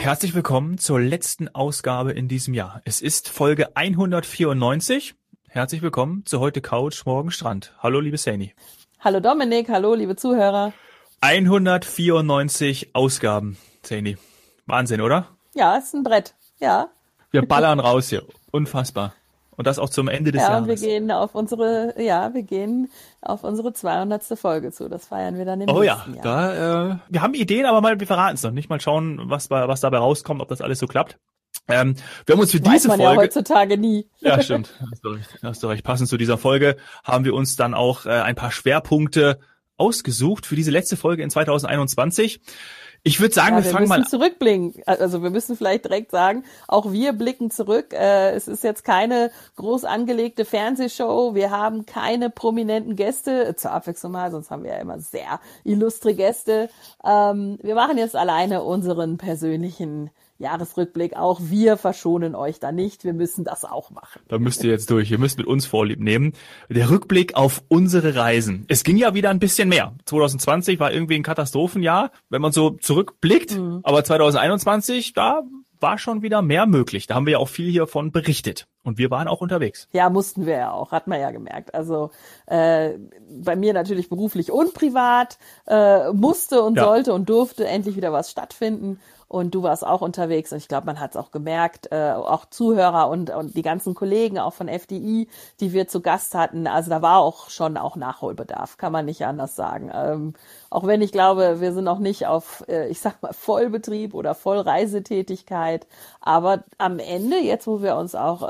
Herzlich willkommen zur letzten Ausgabe in diesem Jahr. Es ist Folge 194. Herzlich willkommen zu heute Couch, morgen Strand. Hallo, liebe Saini. Hallo Dominik, hallo liebe Zuhörer. 194 Ausgaben, Saini. Wahnsinn, oder? Ja, ist ein Brett, ja. Wir ballern raus hier. Unfassbar. Und das auch zum Ende des Jahres. Ja, und wir gehen auf unsere 200. Folge zu. Das feiern wir dann im nächsten Jahr. Wir haben Ideen, aber wir verraten es noch nicht. Mal schauen, was dabei rauskommt, ob das alles so klappt. Wir haben uns für diese Folge... Weiß man ja heutzutage nie. Ja, stimmt. Hast du recht. Passend zu dieser Folge haben wir uns dann auch ein paar Schwerpunkte ausgesucht für diese letzte Folge in 2021. Ich würde sagen, wir fangen mal an. Wir müssen zurückblicken. Also wir müssen vielleicht direkt sagen, auch wir blicken zurück. Es ist jetzt keine groß angelegte Fernsehshow. Wir haben keine prominenten Gäste, zur Abwechslung mal, sonst haben wir ja immer sehr illustre Gäste. Wir machen jetzt alleine unseren persönlichen Jahresrückblick. Auch wir verschonen euch da nicht. Wir müssen das auch machen. Da müsst ihr jetzt durch. Ihr müsst mit uns Vorlieb nehmen. Der Rückblick auf unsere Reisen. Es ging ja wieder ein bisschen mehr. 2020 war irgendwie ein Katastrophenjahr, wenn man so zurückblickt. Aber 2021, da war schon wieder mehr möglich. Da haben wir ja auch viel hiervon berichtet. Und wir waren auch unterwegs. Ja, mussten wir ja auch. Hat man ja gemerkt. Also bei mir natürlich beruflich und privat musste und sollte und durfte endlich wieder was stattfinden. Und du warst auch unterwegs und ich glaube, man hat es auch gemerkt, auch Zuhörer und die ganzen Kollegen auch von FDI, die wir zu Gast hatten. Also da war auch schon Nachholbedarf, kann man nicht anders sagen. Auch wenn ich glaube, wir sind noch nicht auf, ich sag mal, Vollbetrieb oder Vollreisetätigkeit. Aber am Ende, jetzt wo wir uns auch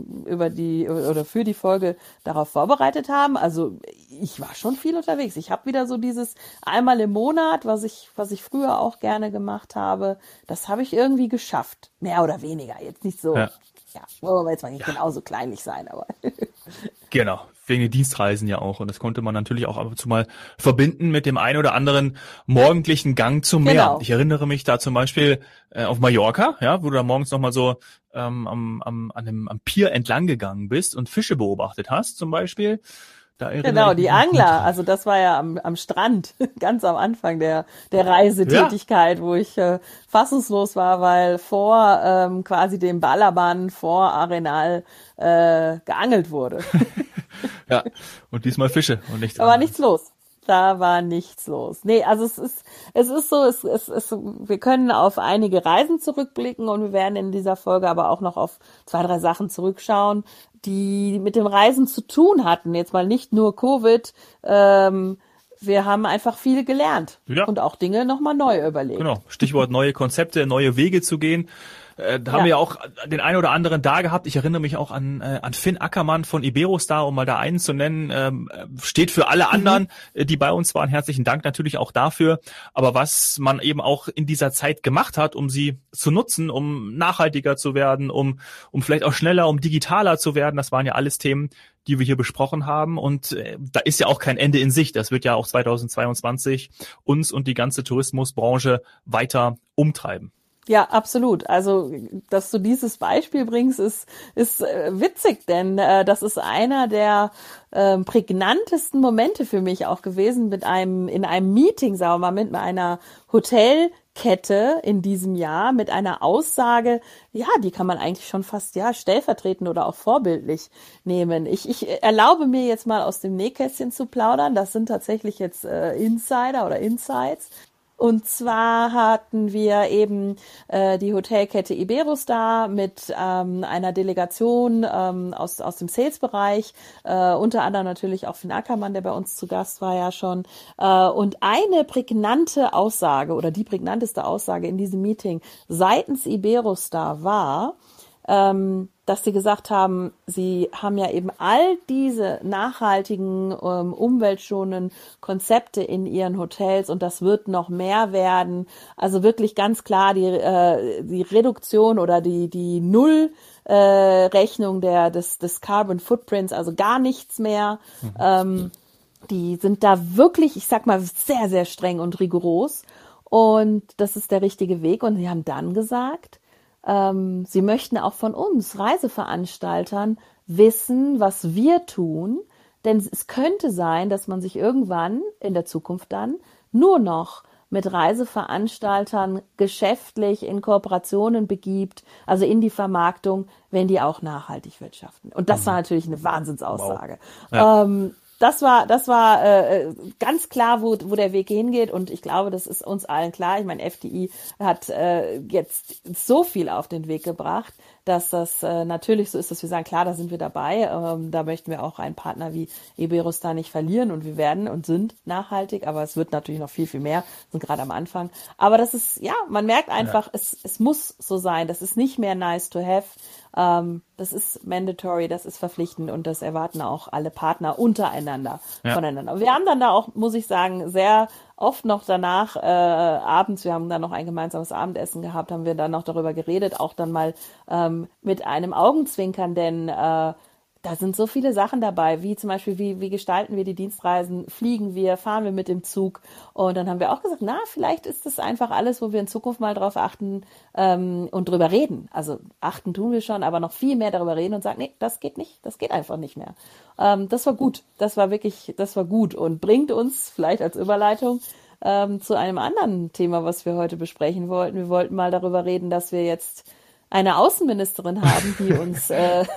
für die Folge darauf vorbereitet haben, also ich war schon viel unterwegs. Ich habe wieder so dieses einmal im Monat, was ich früher auch gerne gemacht habe. Das habe ich irgendwie geschafft. Mehr oder weniger. Jetzt nicht so, wollen wir jetzt mal nicht genauso kleinlich sein, aber. Genau. Wegen den Dienstreisen ja auch. Und das konnte man natürlich auch ab und zu mal verbinden mit dem einen oder anderen morgendlichen Gang zum Meer. Genau. Ich erinnere mich da zum Beispiel auf Mallorca, ja, wo du da morgens nochmal so am Pier entlang gegangen bist und Fische beobachtet hast zum Beispiel. Genau, die Angler, also das war ja am Strand, ganz am Anfang der Reisetätigkeit, wo ich fassungslos war, weil vor quasi dem Ballermann vor Arenal geangelt wurde. Ja, und diesmal Fische und nichts anderes. Aber nichts los. Da war nichts los. Nee, also es ist so, wir können auf einige Reisen zurückblicken und wir werden in dieser Folge aber auch noch auf 2, 3 Sachen zurückschauen, die mit dem Reisen zu tun hatten. Jetzt mal nicht nur Covid. Wir haben einfach viel gelernt und auch Dinge nochmal neu überlegt. Genau, Stichwort neue Konzepte, neue Wege zu gehen. Da haben wir ja auch den einen oder anderen da gehabt. Ich erinnere mich auch an Finn Ackermann von Iberostar, um mal da einen zu nennen. Steht für alle anderen, die bei uns waren. Herzlichen Dank natürlich auch dafür. Aber was man eben auch in dieser Zeit gemacht hat, um sie zu nutzen, um nachhaltiger zu werden, um vielleicht auch schneller, um digitaler zu werden, das waren ja alles Themen, die wir hier besprochen haben. Und da ist ja auch kein Ende in Sicht. Das wird ja auch 2022 uns und die ganze Tourismusbranche weiter umtreiben. Ja, absolut. Also, dass du dieses Beispiel bringst, ist witzig, denn das ist einer der prägnantesten Momente für mich auch gewesen in einem Meeting, sagen wir mal, mit einer Hotelkette in diesem Jahr, mit einer Aussage, ja, die kann man eigentlich schon fast stellvertretend oder auch vorbildlich nehmen. Ich erlaube mir jetzt mal aus dem Nähkästchen zu plaudern. Das sind tatsächlich jetzt Insider oder Insights. Und zwar hatten wir eben die Hotelkette Iberostar mit einer Delegation aus dem Sales-Bereich, unter anderem natürlich auch Finn Ackermann, der bei uns zu Gast war ja schon. Und eine prägnante Aussage oder die prägnanteste Aussage in diesem Meeting seitens Iberostar war, dass sie gesagt haben, sie haben ja eben all diese nachhaltigen, umweltschonenden Konzepte in ihren Hotels und das wird noch mehr werden. Also wirklich ganz klar die Reduktion oder die Nullrechnung des Carbon Footprints, also gar nichts mehr. Die sind da wirklich, ich sag mal, sehr, sehr streng und rigoros und das ist der richtige Weg. Und sie haben dann gesagt, sie möchten auch von uns Reiseveranstaltern wissen, was wir tun, denn es könnte sein, dass man sich irgendwann in der Zukunft dann nur noch mit Reiseveranstaltern geschäftlich in Kooperationen begibt, also in die Vermarktung, wenn die auch nachhaltig wirtschaften. Und das war natürlich eine Wahnsinnsaussage. Wow. Ja. Das war ganz klar, wo der Weg hingeht, und ich glaube, das ist uns allen klar. Ich meine, FDI hat jetzt so viel auf den Weg gebracht, dass das natürlich so ist, dass wir sagen, klar, da sind wir dabei. Da möchten wir auch einen Partner wie Iberostar nicht verlieren, und wir werden und sind nachhaltig, aber es wird natürlich noch viel, viel mehr, sind gerade am Anfang. Aber das ist, ja, man merkt einfach, es muss so sein. Das ist nicht mehr nice to have. Das ist mandatory, das ist verpflichtend, und das erwarten auch alle Partner untereinander voneinander. Wir haben dann da auch, muss ich sagen, sehr oft noch danach abends, wir haben dann noch ein gemeinsames Abendessen gehabt, haben wir dann noch darüber geredet, auch dann mal mit einem Augenzwinkern, denn da sind so viele Sachen dabei, wie zum Beispiel, wie gestalten wir die Dienstreisen, fliegen wir, fahren wir mit dem Zug, und dann haben wir auch gesagt, vielleicht ist das einfach alles, wo wir in Zukunft mal drauf achten und drüber reden. Also achten tun wir schon, aber noch viel mehr darüber reden und sagen, nee, das geht nicht, das geht einfach nicht mehr. Das war gut, das war gut und bringt uns vielleicht als Überleitung zu einem anderen Thema, was wir heute besprechen wollten. Wir wollten mal darüber reden, dass wir jetzt eine Außenministerin haben, die uns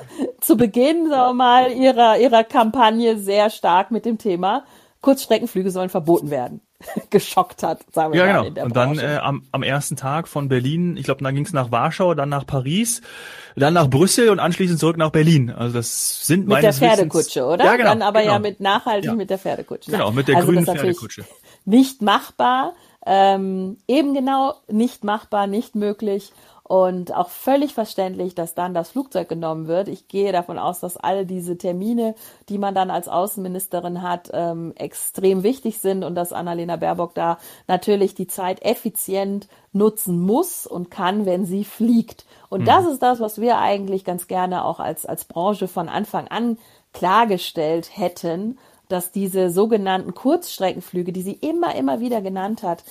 zu Beginn, sagen wir mal, ihrer Kampagne sehr stark mit dem Thema Kurzstreckenflüge sollen verboten werden geschockt hat, sagen wir mal, in der Branche. Und dann am ersten Tag von Berlin, ich glaube, dann ging es nach Warschau, dann nach Paris, dann nach Brüssel und anschließend zurück nach Berlin. Also das sind mit der Pferdekutsche, oder? Ja, genau, dann aber ja mit nachhaltig mit der Pferdekutsche. Genau, mit der grünen Pferdekutsche. Nicht machbar, eben genau nicht machbar, nicht möglich. Und auch völlig verständlich, dass dann das Flugzeug genommen wird. Ich gehe davon aus, dass all diese Termine, die man dann als Außenministerin hat, extrem wichtig sind, und dass Annalena Baerbock da natürlich die Zeit effizient nutzen muss und kann, wenn sie fliegt. Und das ist das, was wir eigentlich ganz gerne auch als Branche von Anfang an klargestellt hätten, dass diese sogenannten Kurzstreckenflüge, die sie immer wieder genannt hat,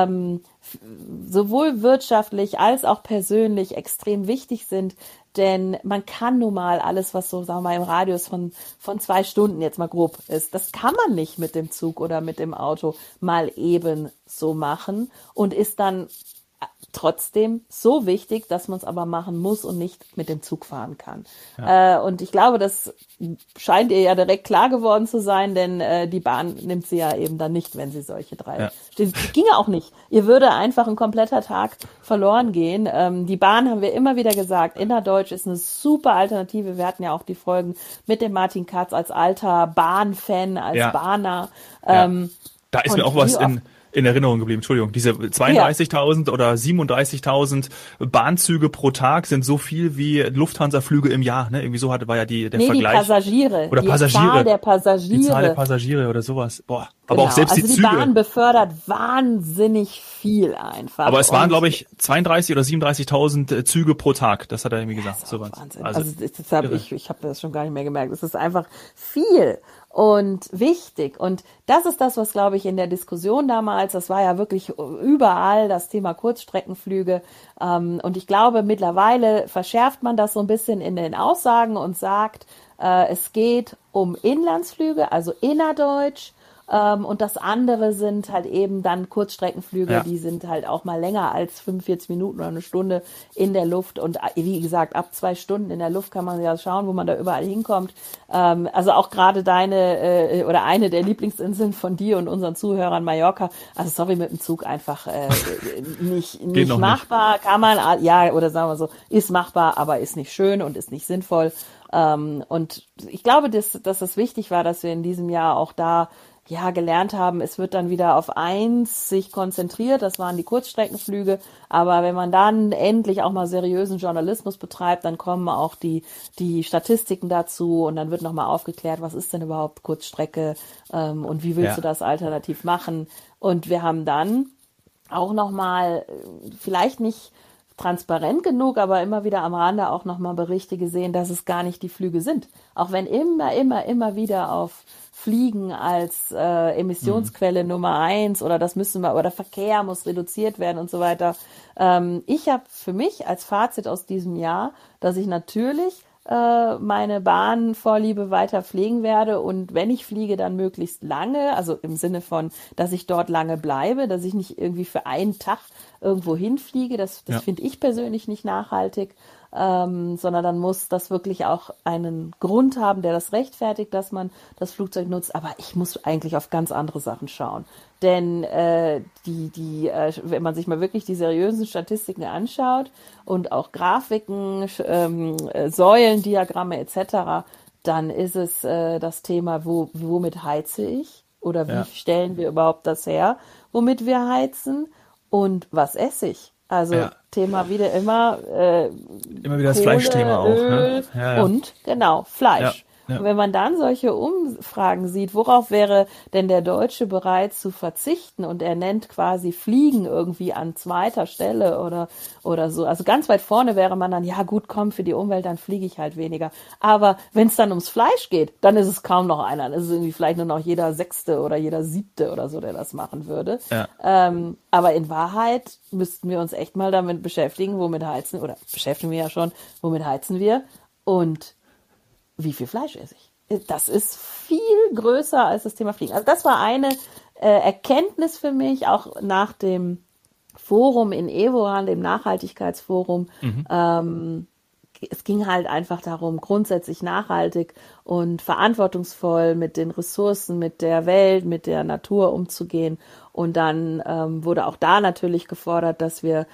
sowohl wirtschaftlich als auch persönlich extrem wichtig sind, denn man kann nun mal alles, was so, sagen wir mal, im Radius von 2 Stunden jetzt mal grob ist, das kann man nicht mit dem Zug oder mit dem Auto mal eben so machen, und ist dann trotzdem so wichtig, dass man es aber machen muss und nicht mit dem Zug fahren kann. Ja. Und ich glaube, das scheint ihr ja direkt klar geworden zu sein, denn die Bahn nimmt sie ja eben dann nicht, wenn sie solche 3... Ja. Das ginge auch nicht. Ihr würde einfach ein kompletter Tag verloren gehen. Die Bahn, haben wir immer wieder gesagt, innerdeutsch ist eine super Alternative. Wir hatten ja auch die Folgen mit dem Martin Katz als alter Bahn-Fan, als Bahner. Da ist mir auch was in Erinnerung geblieben, Entschuldigung, diese 32.000 oder 37.000 Bahnzüge pro Tag sind so viel wie Lufthansa-Flüge im Jahr, ne? Irgendwie so war ja der Vergleich. Die Passagiere. Oder die Passagiere. Zahl der Passagiere. Die Zahl der Passagiere oder sowas. Boah. Aber auch selbst also die Züge. Die Bahn befördert wahnsinnig viel einfach. Aber es waren, glaube ich, 32.000 oder 37.000 Züge pro Tag. Das hat er irgendwie gesagt. So Wahnsinn. Also deshalb, ich habe das schon gar nicht mehr gemerkt. Es ist einfach viel und wichtig. Und das ist das, was, glaube ich, in der Diskussion damals, das war ja wirklich überall das Thema Kurzstreckenflüge. Und ich glaube, mittlerweile verschärft man das so ein bisschen in den Aussagen und sagt, es geht um Inlandsflüge, also innerdeutsch. Und das andere sind halt eben dann Kurzstreckenflüge, die sind halt auch mal länger als 45 Minuten oder eine Stunde in der Luft. Und wie gesagt, ab 2 Stunden in der Luft kann man ja schauen, wo man da überall hinkommt. Also auch gerade deine oder eine der Lieblingsinseln von dir und unseren Zuhörern, Mallorca. Also sorry, mit dem Zug einfach nicht machbar. Nicht. Kann man, oder sagen wir so, ist machbar, aber ist nicht schön und ist nicht sinnvoll. Und ich glaube, dass es wichtig war, dass wir in diesem Jahr auch da gelernt haben, es wird dann wieder auf eins sich konzentriert, das waren die Kurzstreckenflüge, aber wenn man dann endlich auch mal seriösen Journalismus betreibt, dann kommen auch die Statistiken dazu, und dann wird nochmal aufgeklärt, was ist denn überhaupt Kurzstrecke und wie willst du das alternativ machen, und wir haben dann auch nochmal, vielleicht nicht transparent genug, aber immer wieder am Rande auch nochmal Berichte gesehen, dass es gar nicht die Flüge sind, auch wenn immer wieder auf Fliegen als Emissionsquelle Nummer 1 oder oder Verkehr muss reduziert werden und so weiter. Ich habe für mich als Fazit aus diesem Jahr, dass ich natürlich meine Bahnvorliebe weiter pflegen werde und wenn ich fliege, dann möglichst lange, also im Sinne von, dass ich dort lange bleibe, dass ich nicht irgendwie für einen Tag irgendwo hinfliege, das finde ich persönlich nicht nachhaltig, sondern dann muss das wirklich auch einen Grund haben, der das rechtfertigt, dass man das Flugzeug nutzt, aber ich muss eigentlich auf ganz andere Sachen schauen, denn wenn man sich mal wirklich die seriösen Statistiken anschaut und auch Grafiken, Säulendiagramme etc., dann ist es das Thema, womit heize ich oder wie stellen wir überhaupt das her, womit wir heizen und was esse ich. Also Thema wieder immer wieder das Kohle, Fleischthema auch. Öl Ne? und genau, Fleisch. Und wenn man dann solche Umfragen sieht, worauf wäre denn der Deutsche bereit zu verzichten und er nennt quasi Fliegen irgendwie an zweiter Stelle oder so. Also ganz weit vorne wäre man dann, ja gut, komm, für die Umwelt, dann fliege ich halt weniger. Aber wenn es dann ums Fleisch geht, dann ist es kaum noch einer. Dann ist es irgendwie vielleicht nur noch jeder Sechste oder jeder Siebte oder so, der das machen würde. Ja. Aber in Wahrheit müssten wir uns echt mal damit beschäftigen, womit heizen, oder beschäftigen wir ja schon, womit heizen wir und wie viel Fleisch esse ich? Das ist viel größer als das Thema Fliegen. Also das war eine Erkenntnis für mich, auch nach dem Forum in Evoran, dem Nachhaltigkeitsforum. Es ging halt einfach darum, grundsätzlich nachhaltig und verantwortungsvoll mit den Ressourcen, mit der Welt, mit der Natur umzugehen. Und dann wurde auch da natürlich gefordert, dass wir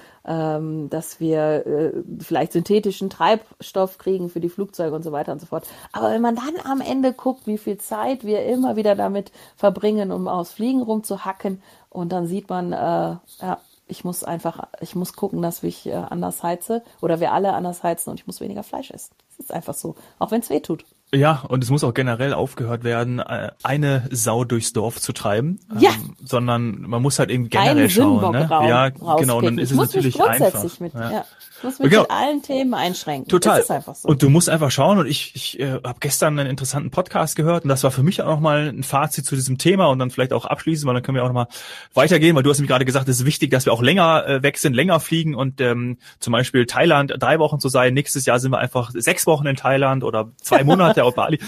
vielleicht synthetischen Treibstoff kriegen für die Flugzeuge und so weiter und so fort. Aber wenn man dann am Ende guckt, wie viel Zeit wir immer wieder damit verbringen, um aufs Fliegen rumzuhacken, und dann sieht man, ich muss gucken, dass ich anders heize oder wir alle anders heizen und ich muss weniger Fleisch essen. Das ist einfach so, auch wenn es weh tut. Ja, und es muss auch generell aufgehört werden, eine Sau durchs Dorf zu treiben, sondern man muss halt eben generell schauen. Ne? Ja, genau, und dann ist es natürlich einfach. Ich muss mich mit allen Themen einschränken. Total. Das ist einfach so. Und du musst einfach schauen, und ich habe gestern einen interessanten Podcast gehört und das war für mich auch nochmal ein Fazit zu diesem Thema und dann vielleicht auch abschließen, weil dann können wir auch nochmal weitergehen, weil du hast nämlich gerade gesagt, es ist wichtig, dass wir auch länger weg sind, länger fliegen und zum Beispiel Thailand 3 Wochen zu sein, nächstes Jahr sind wir einfach 6 Wochen in Thailand oder 2 Monate auf Bali.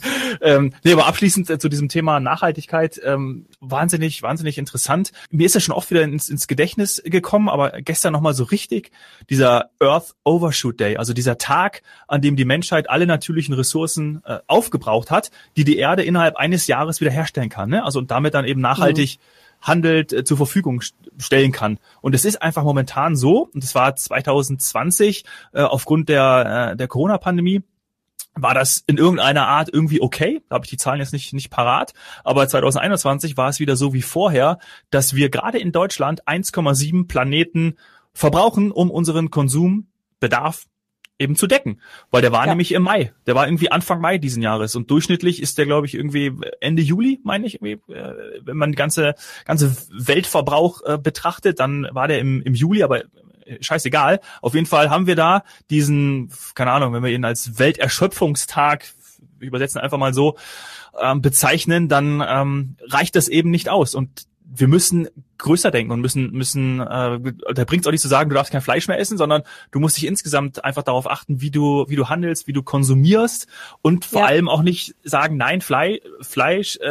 Aber abschließend zu diesem Thema Nachhaltigkeit, wahnsinnig interessant. Mir ist ja schon oft wieder ins Gedächtnis gekommen, aber gestern nochmal so richtig, dieser Earth Overshoot Day, also dieser Tag, an dem die Menschheit alle natürlichen Ressourcen aufgebraucht hat, die Erde innerhalb eines Jahres wieder herstellen kann, ne? Also und damit dann eben nachhaltig handelt, zur Verfügung stellen kann. Und es ist einfach momentan so, und das war 2020 aufgrund der Corona-Pandemie, war das in irgendeiner Art irgendwie okay? Da habe ich die Zahlen jetzt nicht parat. Aber 2021 war es wieder so wie vorher, dass wir gerade in Deutschland 1,7 Planeten verbrauchen, um unseren Konsumbedarf eben zu decken. Weil der war nämlich im Mai. Der war irgendwie Anfang Mai diesen Jahres. Und durchschnittlich ist der, glaube ich, irgendwie Ende Juli, meine ich. Wenn man ganze Weltverbrauch betrachtet, dann war der im Juli, aber scheißegal. Auf jeden Fall haben wir da diesen, keine Ahnung, wenn wir ihn als Welterschöpfungstag, wir übersetzen einfach mal so, bezeichnen, dann reicht das eben nicht aus. Und wir müssen größer denken und müssen da bringt es auch nicht zu sagen, du darfst kein Fleisch mehr essen, sondern du musst dich insgesamt einfach darauf achten, wie du handelst, wie du konsumierst und vor allem auch nicht sagen, nein, Fleisch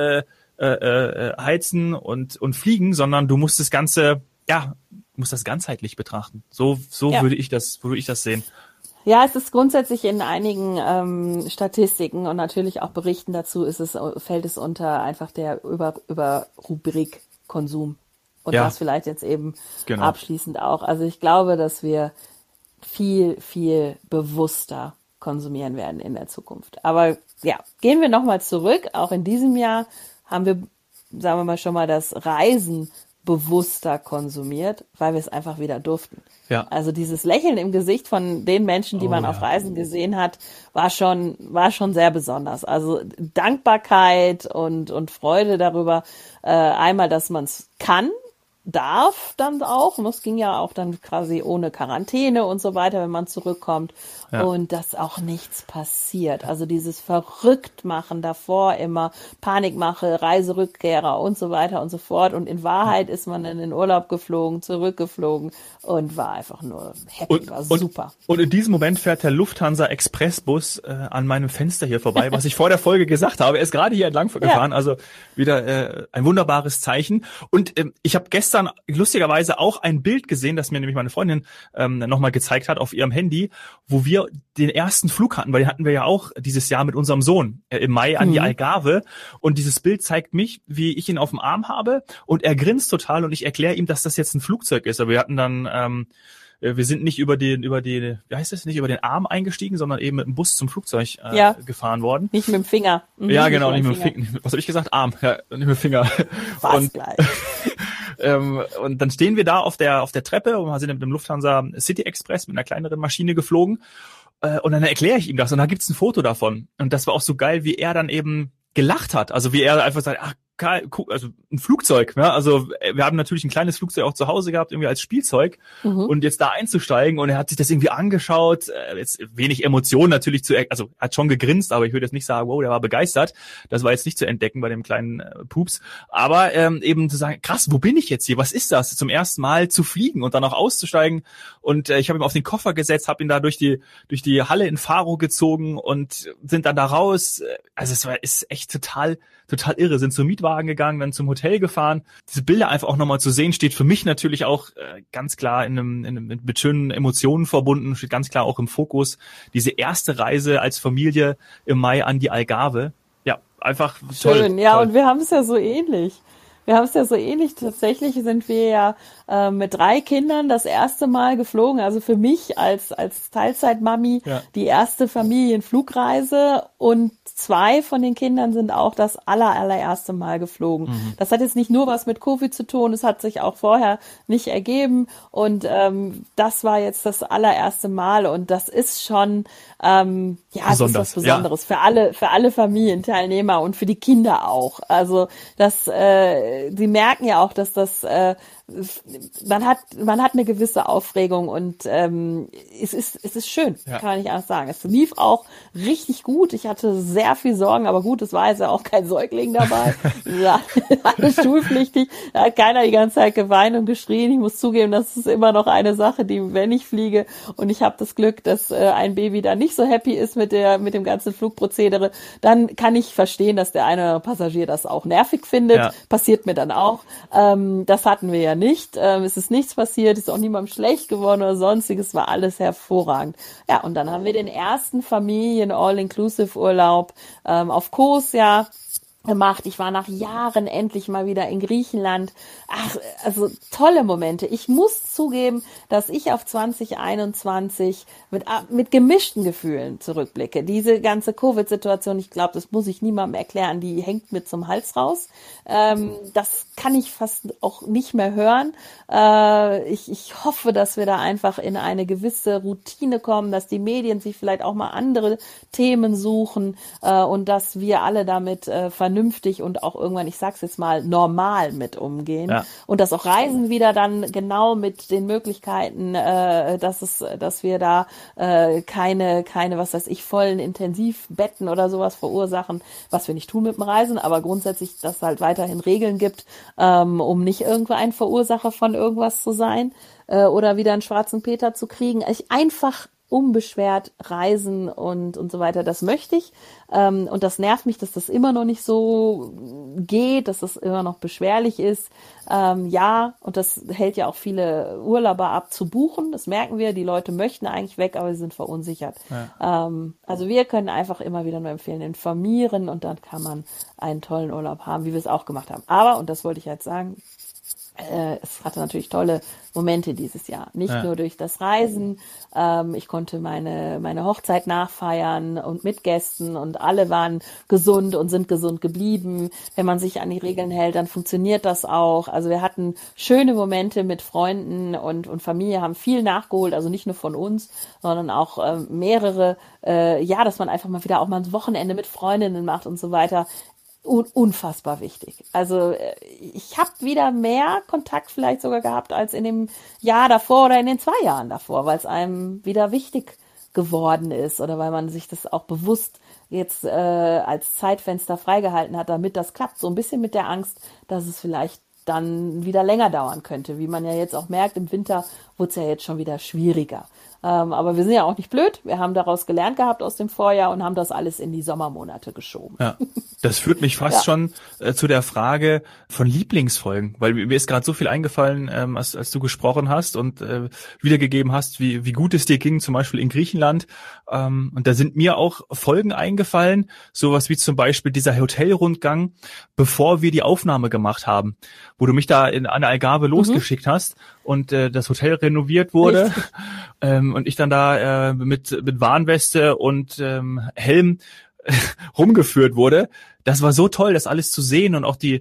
heizen und fliegen, sondern du musst das Ganze, musst das ganzheitlich betrachten. So würde ich das sehen. Ja, es ist grundsätzlich in einigen Statistiken und natürlich auch Berichten dazu fällt es unter einfach der über Rubrik Konsum. Und das vielleicht jetzt eben abschließend auch. Also ich glaube, dass wir viel, viel bewusster konsumieren werden in der Zukunft. Aber gehen wir nochmal zurück. Auch in diesem Jahr haben wir, sagen wir mal, schon mal das Reisen bewusster konsumiert, weil wir es einfach wieder durften. Ja. Also dieses Lächeln im Gesicht von den Menschen, die man auf Reisen gesehen hat, war schon sehr besonders. Also Dankbarkeit und Freude darüber, einmal, dass man es kann, darf dann auch. Und es ging ja auch dann quasi ohne Quarantäne und so weiter, wenn man zurückkommt. Ja. Und dass auch nichts passiert. Also dieses Verrücktmachen davor immer, Panikmache, Reiserückkehrer und so weiter und so fort. Und in Wahrheit ist man in den Urlaub geflogen, zurückgeflogen und war einfach nur happy, war super. Und in diesem Moment fährt der Lufthansa Expressbus an meinem Fenster hier vorbei, was ich vor der Folge gesagt habe. Er ist gerade hier entlang gefahren, also wieder ein wunderbares Zeichen. Und ich habe gestern lustigerweise auch ein Bild gesehen, das mir nämlich meine Freundin nochmal gezeigt hat auf ihrem Handy, wo wir den ersten Flug hatten, weil den hatten wir ja auch dieses Jahr mit unserem Sohn im Mai an die Algarve. Und dieses Bild zeigt mich, wie ich ihn auf dem Arm habe und er grinst total und ich erkläre ihm, dass das jetzt ein Flugzeug ist. Aber wir hatten dann wir sind nicht über den, wie heißt das, nicht über den Arm eingestiegen, sondern eben mit dem Bus zum Flugzeug gefahren worden. Nicht mit dem Finger. Ja, genau, nicht mit dem Finger. Was habe ich gesagt? Arm, ja, nicht mit dem Finger. Fast gleich. Und dann stehen wir da auf der Treppe und sind mit dem Lufthansa City Express mit einer kleineren Maschine geflogen. Und dann erkläre ich ihm das und da gibt's ein Foto davon. Und das war auch so geil, wie er dann eben gelacht hat. Also wie er einfach sagt, ach, also ein Flugzeug, ne? Also wir haben natürlich ein kleines Flugzeug auch zu Hause gehabt, irgendwie als Spielzeug und jetzt da einzusteigen und er hat sich das irgendwie angeschaut, jetzt wenig Emotionen natürlich also hat schon gegrinst, aber ich würde jetzt nicht sagen, wow, der war begeistert, das war jetzt nicht zu entdecken bei dem kleinen Pups, aber eben zu sagen, krass, wo bin ich jetzt hier, was ist das, zum ersten Mal zu fliegen und dann auch auszusteigen und ich habe ihn auf den Koffer gesetzt, habe ihn da durch die Halle in Faro gezogen und sind dann da raus, also ist echt total irre, sind zum Mietwagen gegangen, dann zum Hotel gefahren. Diese Bilder einfach auch nochmal zu sehen, steht für mich natürlich auch ganz klar mit schönen Emotionen verbunden, steht ganz klar auch im Fokus. Diese erste Reise als Familie im Mai an die Algarve. Ja, einfach toll. Schön, ja, toll. Und wir haben es ja so ähnlich. Tatsächlich sind wir ja mit 3 Kindern das erste Mal geflogen. Also für mich als Teilzeitmami die erste Familienflugreise und 2 von den Kindern sind auch das allererste Mal geflogen. Das hat jetzt nicht nur was mit Covid zu tun, es hat sich auch vorher nicht ergeben und das war jetzt das allererste Mal und das ist schon es ist was Besonderes für alle Familienteilnehmer und für die Kinder auch. Also sie merken ja auch, dass das man hat eine gewisse Aufregung und es ist schön, kann man nicht anders sagen. Es lief auch richtig gut. Ich hatte sehr viel Sorgen, aber gut, es war jetzt ja auch kein Säugling dabei. Ja, alles schulpflichtig. Da hat keiner die ganze Zeit geweint und geschrien. Ich muss zugeben, das ist immer noch eine Sache, die, wenn ich fliege und ich habe das Glück, dass ein Baby da nicht so happy ist mit dem ganzen Flugprozedere, dann kann ich verstehen, dass der eine Passagier das auch nervig findet. Ja. Passiert mir dann auch. Das hatten wir ja nicht. Es ist nichts passiert, ist auch niemandem schlecht geworden oder sonstiges, war alles hervorragend. Ja, und dann haben wir den ersten Familien-All-Inclusive-Urlaub auf Kos gemacht. Ich war nach Jahren endlich mal wieder in Griechenland. Ach, also tolle Momente. Ich muss zugeben, dass ich auf 2021 mit gemischten Gefühlen zurückblicke. Diese ganze Covid-Situation, ich glaube, das muss ich niemandem erklären, die hängt mir zum Hals raus. Das kann ich fast auch nicht mehr hören. Ich hoffe, dass wir da einfach in eine gewisse Routine kommen, dass die Medien sich vielleicht auch mal andere Themen suchen und dass wir alle damit vernünftig und auch irgendwann, ich sag's jetzt mal, normal mit umgehen. Ja. Und dass auch Reisen wieder dann genau mit den Möglichkeiten, dass wir da keine, was weiß ich, vollen Intensivbetten oder sowas verursachen, was wir nicht tun mit dem Reisen, aber grundsätzlich, dass es halt weiterhin Regeln gibt, um nicht irgendwo ein Verursacher von irgendwas zu sein oder wieder einen schwarzen Peter zu kriegen. Einfach unbeschwert reisen und so weiter, das möchte ich. Und das nervt mich, dass das immer noch nicht so geht, dass das immer noch beschwerlich ist. Und das hält ja auch viele Urlauber ab zu buchen. Das merken wir, die Leute möchten eigentlich weg, aber sie sind verunsichert. Ja. Also wir können einfach immer wieder nur empfehlen, informieren und dann kann man einen tollen Urlaub haben, wie wir es auch gemacht haben. Aber, und das wollte ich jetzt sagen, es hatte natürlich tolle Momente dieses Jahr. Nicht nur durch das Reisen. Ich konnte meine Hochzeit nachfeiern und mit Gästen und alle waren gesund und sind gesund geblieben. Wenn man sich an die Regeln hält, dann funktioniert das auch. Also wir hatten schöne Momente mit Freunden und Familie, haben viel nachgeholt. Also nicht nur von uns, sondern auch mehrere. Dass man einfach mal wieder auch mal ein Wochenende mit Freundinnen macht und so weiter. unfassbar wichtig. Also ich habe wieder mehr Kontakt vielleicht sogar gehabt als in dem Jahr davor oder in den 2 Jahren davor, weil es einem wieder wichtig geworden ist oder weil man sich das auch bewusst jetzt als Zeitfenster freigehalten hat, damit das klappt. So ein bisschen mit der Angst, dass es vielleicht dann wieder länger dauern könnte. Wie man ja jetzt auch merkt, im Winter wurde es ja jetzt schon wieder schwieriger. Aber wir sind ja auch nicht blöd. Wir haben daraus gelernt gehabt aus dem Vorjahr und haben das alles in die Sommermonate geschoben. Ja, das führt mich fast schon zu der Frage von Lieblingsfolgen, weil mir ist gerade so viel eingefallen, als du gesprochen hast und wiedergegeben hast, wie gut es dir ging, zum Beispiel in Griechenland. Und da sind mir auch Folgen eingefallen, sowas wie zum Beispiel dieser Hotelrundgang, bevor wir die Aufnahme gemacht haben, wo du mich da an der Algarve losgeschickt hast und das Hotel renoviert wurde. Und ich dann da mit Warnweste und Helm rumgeführt wurde. Das war so toll, das alles zu sehen und auch die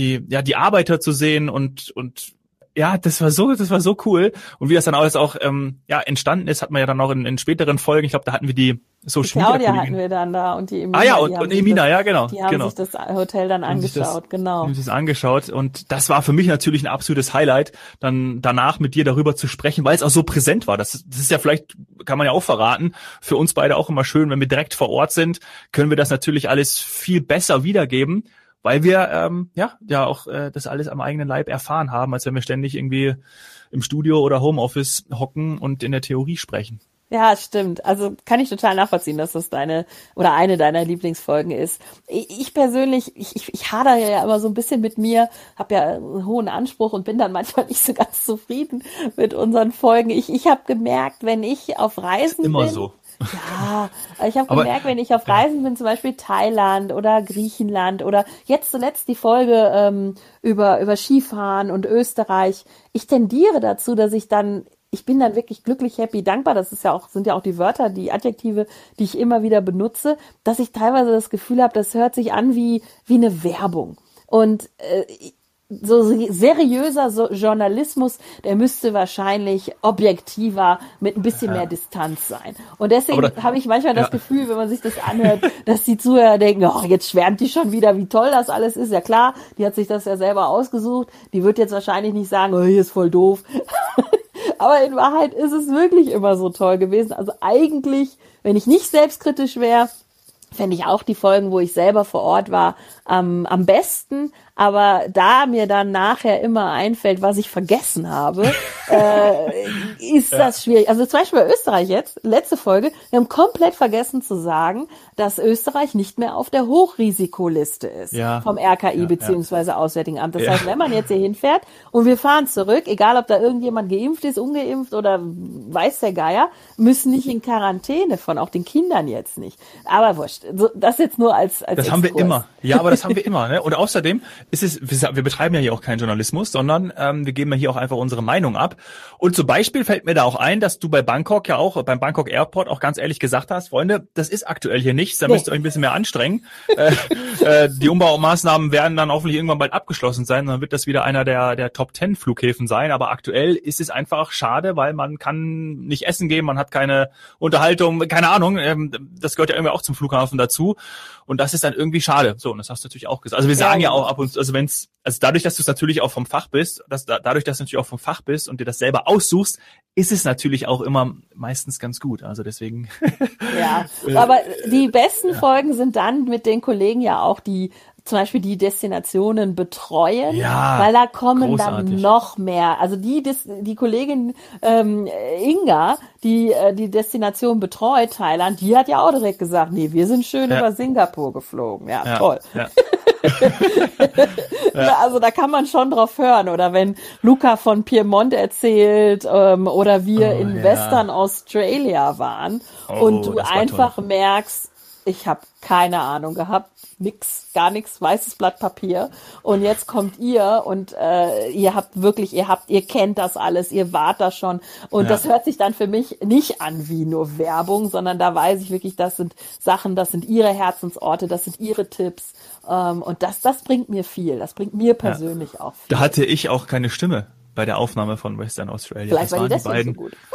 Arbeiter zu sehen und ja, das war so cool. Und wie das dann alles auch entstanden ist, hat man ja dann auch in späteren Folgen, ich glaube, da hatten wir die Social Media Claudia hatten wir dann da und die Emina. Ah ja, und Emina, ja, genau. Die haben sich das Hotel dann angeschaut, genau. Die haben sich das angeschaut und das war für mich natürlich ein absolutes Highlight, dann danach mit dir darüber zu sprechen, weil es auch so präsent war. Das ist ja vielleicht, kann man ja auch verraten, für uns beide auch immer schön, wenn wir direkt vor Ort sind, können wir das natürlich alles viel besser wiedergeben, weil wir auch das alles am eigenen Leib erfahren haben, als wenn wir ständig irgendwie im Studio oder Homeoffice hocken und in der Theorie sprechen. Ja, stimmt. Also kann ich total nachvollziehen, dass das eine deiner Lieblingsfolgen ist. Ich persönlich, ich hadere ja immer so ein bisschen mit mir, habe ja einen hohen Anspruch und bin dann manchmal nicht so ganz zufrieden mit unseren Folgen. Ich habe gemerkt, wenn ich auf Reisen bin. Immer so. Ja, ich habe gemerkt, wenn ich auf Reisen bin, zum Beispiel Thailand oder Griechenland oder jetzt zuletzt die Folge über Skifahren und Österreich, ich tendiere dazu, dass ich bin dann wirklich glücklich, happy, dankbar. Das sind ja auch die Wörter, die Adjektive, die ich immer wieder benutze, dass ich teilweise das Gefühl habe, das hört sich an wie eine Werbung. Und so seriöser Journalismus, der müsste wahrscheinlich objektiver mit ein bisschen mehr Distanz sein. Und deswegen habe ich manchmal das Gefühl, wenn man sich das anhört, dass die Zuhörer denken, oh, jetzt schwärmt die schon wieder, wie toll das alles ist. Ja klar, die hat sich das ja selber ausgesucht. Die wird jetzt wahrscheinlich nicht sagen, oh, hier ist voll doof. Aber in Wahrheit ist es wirklich immer so toll gewesen. Also eigentlich, wenn ich nicht selbstkritisch wäre, fände ich auch die Folgen, wo ich selber vor Ort war, am besten. Aber da mir dann nachher immer einfällt, was ich vergessen habe, ist das schwierig. Also zum Beispiel bei Österreich jetzt, letzte Folge, wir haben komplett vergessen zu sagen, dass Österreich nicht mehr auf der Hochrisikoliste ist vom RKI beziehungsweise Auswärtigen Amt. Das heißt, wenn man jetzt hier hinfährt und wir fahren zurück, egal ob da irgendjemand geimpft ist, ungeimpft oder weiß der Geier, müssen nicht in Quarantäne, von auch den Kindern jetzt nicht. Aber wurscht, das jetzt nur als Das Exkurs. Haben wir immer. Ja, aber das haben wir immer. Ne? Und außerdem wir betreiben ja hier auch keinen Journalismus, sondern wir geben ja hier auch einfach unsere Meinung ab. Und zum Beispiel fällt mir da auch ein, dass du bei Bangkok ja auch, beim Bangkok Airport auch ganz ehrlich gesagt hast, Freunde, das ist aktuell hier nichts, da müsst ihr euch ein bisschen mehr anstrengen. Die Umbaumaßnahmen werden dann hoffentlich irgendwann bald abgeschlossen sein, dann wird das wieder einer der Top 10 Flughäfen sein. Aber aktuell ist es einfach schade, weil man kann nicht essen gehen, man hat keine Unterhaltung, keine Ahnung, das gehört ja irgendwie auch zum Flughafen dazu. Und das ist dann irgendwie schade. So, und das hast du natürlich auch gesagt. Also wir sagen ja auch ab und zu, also dadurch, dass du es natürlich auch vom Fach bist, dadurch, dass du natürlich auch vom Fach bist und dir das selber aussuchst, ist es natürlich auch immer meistens ganz gut. Also deswegen. Ja, aber die besten Folgen sind dann mit den Kollegen ja auch, die zum Beispiel die Destinationen betreuen, weil da kommen dann noch mehr. Also die Kollegin Inga, die Destination betreut, Thailand, die hat ja auch direkt gesagt, nee, wir sind schön über Singapur geflogen. Ja, toll. Ja. Also da kann man schon drauf hören. Oder wenn Luca von Piemont erzählt oder wir in Western Australia waren und du einfach merkst, ich habe keine Ahnung gehabt, gar nichts, weißes Blatt Papier. Und jetzt kommt ihr und ihr kennt das alles, ihr wart da schon. Und das hört sich dann für mich nicht an wie nur Werbung, sondern da weiß ich wirklich, das sind Sachen, das sind ihre Herzensorte, das sind ihre Tipps. Und das bringt mir viel. Das bringt mir persönlich auch viel. Da hatte ich auch keine Stimme bei der Aufnahme von Western Australia. Vielleicht war die deswegen so gut.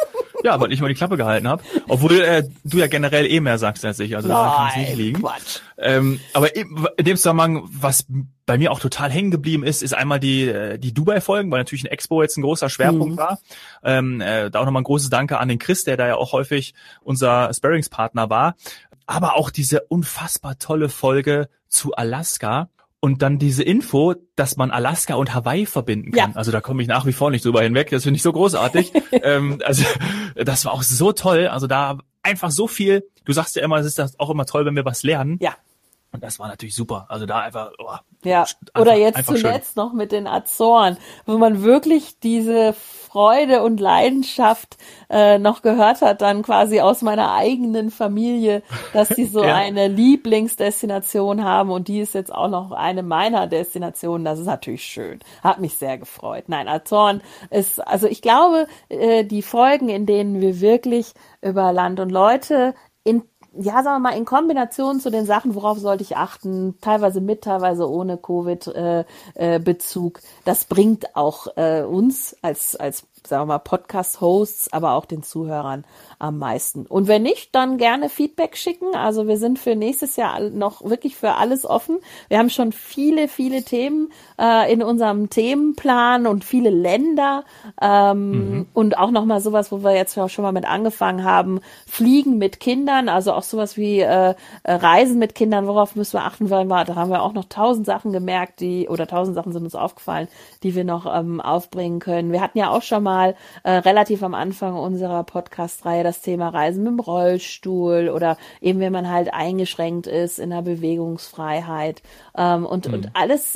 Ja, weil ich mal die Klappe gehalten habe. Obwohl du ja generell mehr sagst als ich, also daran kann es nicht liegen. Quatsch. Aber in dem Zusammenhang, was bei mir auch total hängen geblieben ist einmal die Dubai-Folgen, weil natürlich ein Expo jetzt ein großer Schwerpunkt war. Da auch nochmal ein großes Danke an den Chris, der da ja auch häufig unser Sparringspartner war. Aber auch diese unfassbar tolle Folge zu Alaska. Und dann diese Info, dass man Alaska und Hawaii verbinden kann. Ja. Also da komme ich nach wie vor nicht drüber hinweg. Das finde ich so großartig. Also das war auch so toll. Also da einfach so viel. Du sagst ja immer, es ist das auch immer toll, wenn wir was lernen. Ja. Und das war natürlich super. Also da einfach, ja. Oder jetzt zuletzt noch mit den Azoren, wo man wirklich diese Freude und Leidenschaft noch gehört hat, dann quasi aus meiner eigenen Familie, dass sie so eine Lieblingsdestination haben und die ist jetzt auch noch eine meiner Destinationen. Das ist natürlich schön. Hat mich sehr gefreut. Nein, Azoren ist, also ich glaube, die Folgen, in denen wir wirklich über Land und Leute sagen wir mal, in Kombination zu den Sachen, worauf sollte ich achten, teilweise mit, teilweise ohne Covid-Bezug, das bringt auch uns als sagen wir mal, Podcast-Hosts, aber auch den Zuhörern am meisten. Und wenn nicht, dann gerne Feedback schicken. Also wir sind für nächstes Jahr noch wirklich für alles offen. Wir haben schon viele, viele Themen in unserem Themenplan und viele Länder und auch nochmal sowas, wo wir jetzt schon mal mit angefangen haben, Fliegen mit Kindern, also auch sowas wie Reisen mit Kindern, worauf müssen wir achten, weil da haben wir auch noch 1000 Sachen gemerkt, 1000 Sachen sind uns aufgefallen, die wir noch aufbringen können. Wir hatten ja auch schon mal relativ am Anfang unserer Podcast-Reihe das Thema Reisen mit dem Rollstuhl oder eben, wenn man halt eingeschränkt ist in der Bewegungsfreiheit und alles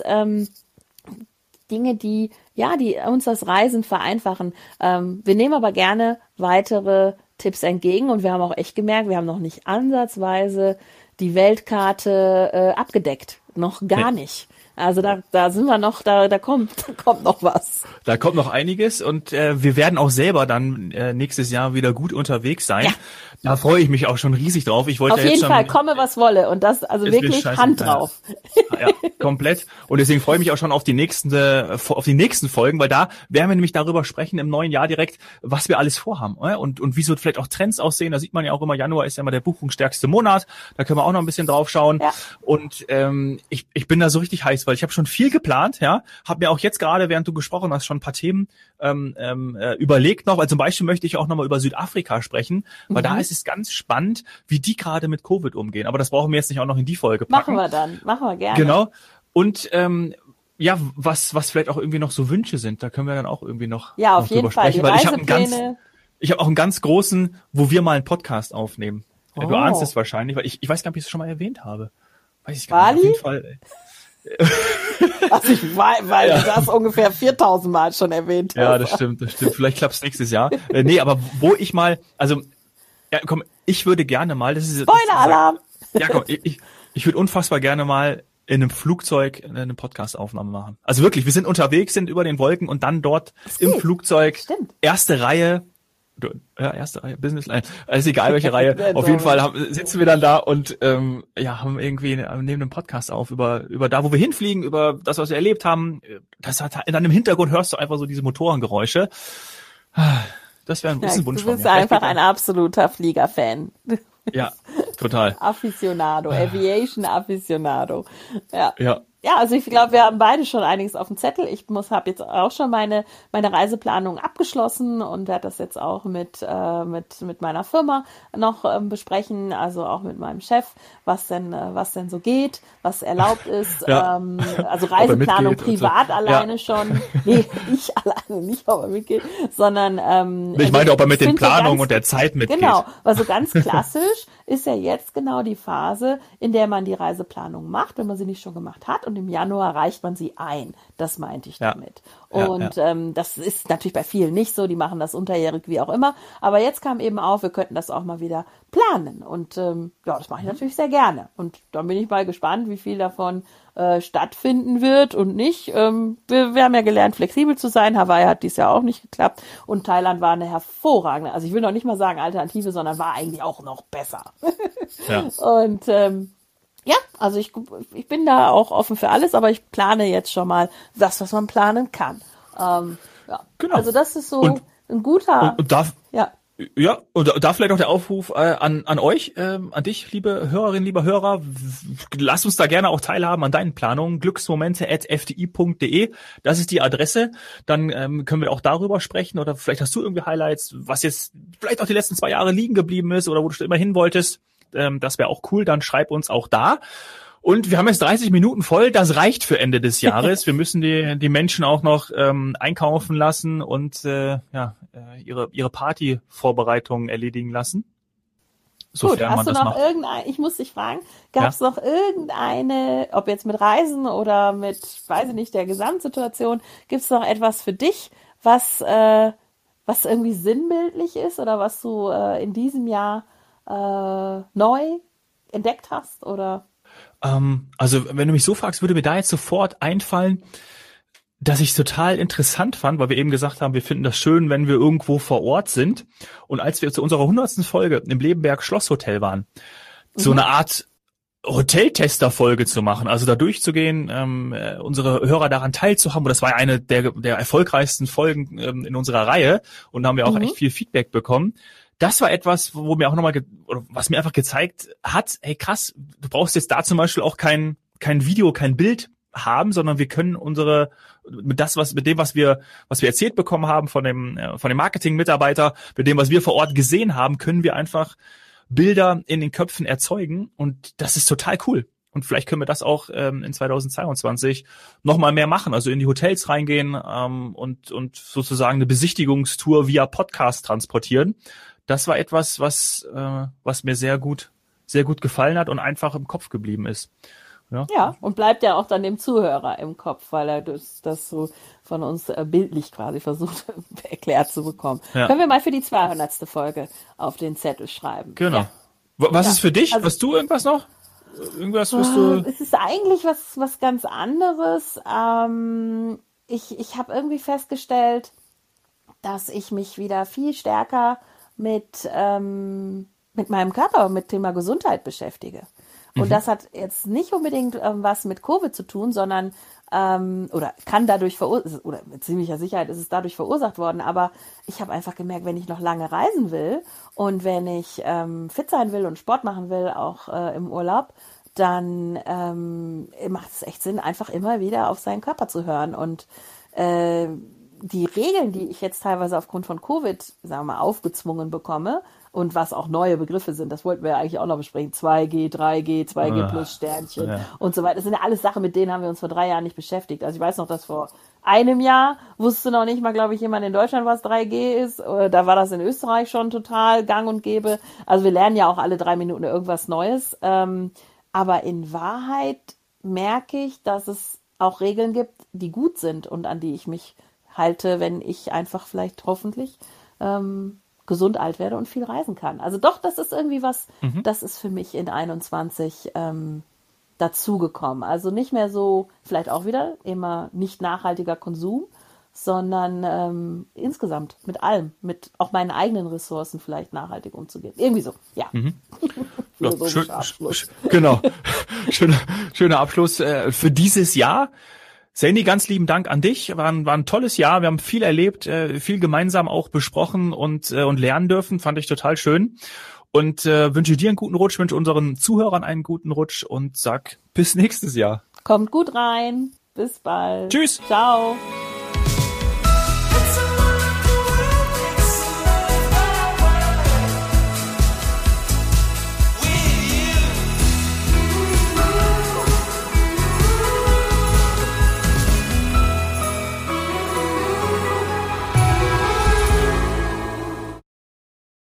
Dinge, die uns das Reisen vereinfachen. Wir nehmen aber gerne weitere Tipps entgegen und wir haben auch echt gemerkt, wir haben noch nicht ansatzweise die Weltkarte abgedeckt. Noch gar nicht. Also da sind wir noch, da kommt noch was. Da kommt noch einiges und wir werden auch selber dann nächstes Jahr wieder gut unterwegs sein. Ja. Da freue ich mich auch schon riesig drauf. Ich wollte auf jeden Fall, komme was wolle und das also wirklich Hand drauf. Ja, komplett. Und deswegen freue ich mich auch schon auf die nächsten Folgen, weil da werden wir nämlich darüber sprechen im neuen Jahr direkt, was wir alles vorhaben und wie so vielleicht auch Trends aussehen. Da sieht man ja auch immer, Januar ist ja immer der buchungsstärkste Monat. Da können wir auch noch ein bisschen drauf schauen. Ja. Und ich bin da so richtig heiß, weil ich habe schon viel geplant, ja, habe mir auch jetzt gerade, während du gesprochen hast, schon ein paar Themen überlegt noch, weil zum Beispiel möchte ich auch nochmal über Südafrika sprechen, weil da ist es ganz spannend, wie die gerade mit Covid umgehen, aber das brauchen wir jetzt nicht auch noch in die Folge packen. Machen wir gerne. Genau, und was vielleicht auch irgendwie noch so Wünsche sind, da können wir dann auch irgendwie noch auf jeden drüber Fall. sprechen, weil ich habe auch einen ganz großen, wo wir mal einen Podcast aufnehmen. Du ahnst es wahrscheinlich, weil ich weiß gar nicht, ob ich es schon mal erwähnt habe. Weiß ich gar nicht, auf jeden Fall. Also ich weiß, weil du das ungefähr 4000 Mal schon erwähnt hast. Ja, das stimmt. Vielleicht klappt's nächstes Jahr. Nee, aber wo ich mal, also, ja, komm, ich würde gerne mal, das ist Spoiler-Alarm! Ja, komm, ich würde unfassbar gerne mal in einem Flugzeug eine Podcast-Aufnahme machen. Also wirklich, wir sind unterwegs, sind über den Wolken und dann dort im Flugzeug, erste Reihe, Business Line, ist egal welche Reihe. Auf jeden Fall sitzen wir dann da und haben irgendwie nehmen einen Podcast auf über da, wo wir hinfliegen, über das, was wir erlebt haben. Das hat in einem Hintergrund hörst du einfach so diese Motorengeräusche. Das wäre ein bisschen Wunsch von mir. Du bist einfach ein absoluter Fliegerfan. Ja, total. Aficionado, Aviation Aficionado. Ja. Ja, also ich glaube, wir haben beide schon einiges auf dem Zettel. Ich habe jetzt auch schon meine Reiseplanung abgeschlossen und werde das jetzt auch mit meiner Firma noch besprechen, also auch mit meinem Chef, was denn so geht, was erlaubt ist. Ja. Also Reiseplanung privat alleine schon. Nee, ich alleine nicht, ob er mitgeht, sondern ich meine, ob er mit den Planungen und der Zeit mitgeht. Genau, also ganz klassisch ist ja jetzt genau die Phase, in der man die Reiseplanung macht, wenn man sie nicht schon gemacht hat. Und im Januar reicht man sie ein. Das meinte ich damit. Und das ist natürlich bei vielen nicht so. Die machen das unterjährig, wie auch immer. Aber jetzt kam eben auf, wir könnten das auch mal wieder planen. Und das mache ich natürlich sehr gerne. Und dann bin ich mal gespannt, wie viel davon stattfinden wird und nicht. Wir haben ja gelernt, flexibel zu sein. Hawaii hat dies Jahr auch nicht geklappt. Und Thailand war eine hervorragende, also ich will noch nicht mal sagen Alternative, sondern war eigentlich auch noch besser. Ja. Und also ich bin da auch offen für alles, aber ich plane jetzt schon mal das, was man planen kann. Genau. Also das ist so ein guter. Ja, und da vielleicht auch der Aufruf an euch, an dich, liebe Hörerinnen, lieber Hörer. Lass uns da gerne auch teilhaben an deinen Planungen. glücksmomente@fdi.de, das ist die Adresse. Dann können wir auch darüber sprechen oder vielleicht hast du irgendwie Highlights, was jetzt vielleicht auch die letzten 2 Jahre liegen geblieben ist oder wo du schon immer hin wolltest. Das wäre auch cool, dann schreib uns auch da. Und wir haben jetzt 30 Minuten voll, das reicht für Ende des Jahres. Wir müssen die Menschen auch noch einkaufen lassen und ihre Partyvorbereitungen erledigen lassen. Gut, hast du noch ich muss dich fragen, gab es noch irgendeine, ob jetzt mit Reisen oder mit, weiß ich nicht, der Gesamtsituation, gibt es noch etwas für dich, was irgendwie sinnbildlich ist oder was du in diesem Jahr neu entdeckt hast oder? Also wenn du mich so fragst, würde mir da jetzt sofort einfallen, dass ich es total interessant fand, weil wir eben gesagt haben, wir finden das schön, wenn wir irgendwo vor Ort sind. Und als wir zu unserer 100. Folge im Lebenberg Schlosshotel waren, so eine Art Hoteltester-Folge zu machen, also da durchzugehen, unsere Hörer daran teilzuhaben. Und das war eine der erfolgreichsten Folgen in unserer Reihe. Und da haben wir auch echt viel Feedback bekommen. Das war etwas, wo mir auch was mir einfach gezeigt hat, hey krass, du brauchst jetzt da zum Beispiel auch kein Video, kein Bild haben, sondern wir können mit dem, was wir erzählt bekommen haben von dem Marketing-Mitarbeiter, mit dem, was wir vor Ort gesehen haben, können wir einfach Bilder in den Köpfen erzeugen und das ist total cool. Und vielleicht können wir das auch in 2022 nochmal mehr machen, also in die Hotels reingehen und sozusagen eine Besichtigungstour via Podcast transportieren. Das war etwas, was mir sehr gut gefallen hat und einfach im Kopf geblieben ist. Ja, und bleibt ja auch dann dem Zuhörer im Kopf, weil er das so von uns bildlich quasi versucht erklärt zu bekommen. Ja. Können wir mal für die 200. Folge auf den Zettel schreiben. Genau. Ja. Was ist für dich? Also, hast du irgendwas noch? Irgendwas, was du... Es ist eigentlich was ganz anderes. Ich habe irgendwie festgestellt, dass ich mich wieder viel stärker mit meinem Körper, mit Thema Gesundheit beschäftige. Und das hat jetzt nicht unbedingt was mit Covid zu tun, sondern oder kann dadurch oder mit ziemlicher Sicherheit ist es dadurch verursacht worden. Aber ich habe einfach gemerkt, wenn ich noch lange reisen will und wenn ich fit sein will und Sport machen will, auch im Urlaub, dann macht es echt Sinn, einfach immer wieder auf seinen Körper zu hören. Und die Regeln, die ich jetzt teilweise aufgrund von Covid, sagen wir mal, aufgezwungen bekomme und was auch neue Begriffe sind, das wollten wir ja eigentlich auch noch besprechen, 2G, 3G, 2G plus Sternchen und so weiter. Das sind ja alles Sachen, mit denen haben wir uns vor 3 Jahren nicht beschäftigt. Also ich weiß noch, dass vor einem Jahr wusste noch nicht mal, glaube ich, jemand in Deutschland, was 3G ist. Da war das in Österreich schon total gang und gäbe. Also wir lernen ja auch alle 3 Minuten irgendwas Neues. Aber in Wahrheit merke ich, dass es auch Regeln gibt, die gut sind und an die ich mich halte, wenn ich einfach vielleicht hoffentlich gesund alt werde und viel reisen kann. Also doch, das ist irgendwie was, das ist für mich in 21 dazugekommen. Also nicht mehr so, vielleicht auch wieder immer nicht nachhaltiger Konsum, sondern insgesamt mit allem, mit auch meinen eigenen Ressourcen vielleicht nachhaltig umzugehen. Irgendwie so, ja. Ja, Abschluss. Genau. Schöner Abschluss für dieses Jahr. Sandy, ganz lieben Dank an dich. War ein tolles Jahr. Wir haben viel erlebt, viel gemeinsam auch besprochen und lernen dürfen. Fand ich total schön. Und wünsche dir einen guten Rutsch, wünsche unseren Zuhörern einen guten Rutsch und sag bis nächstes Jahr. Kommt gut rein. Bis bald. Tschüss. Ciao.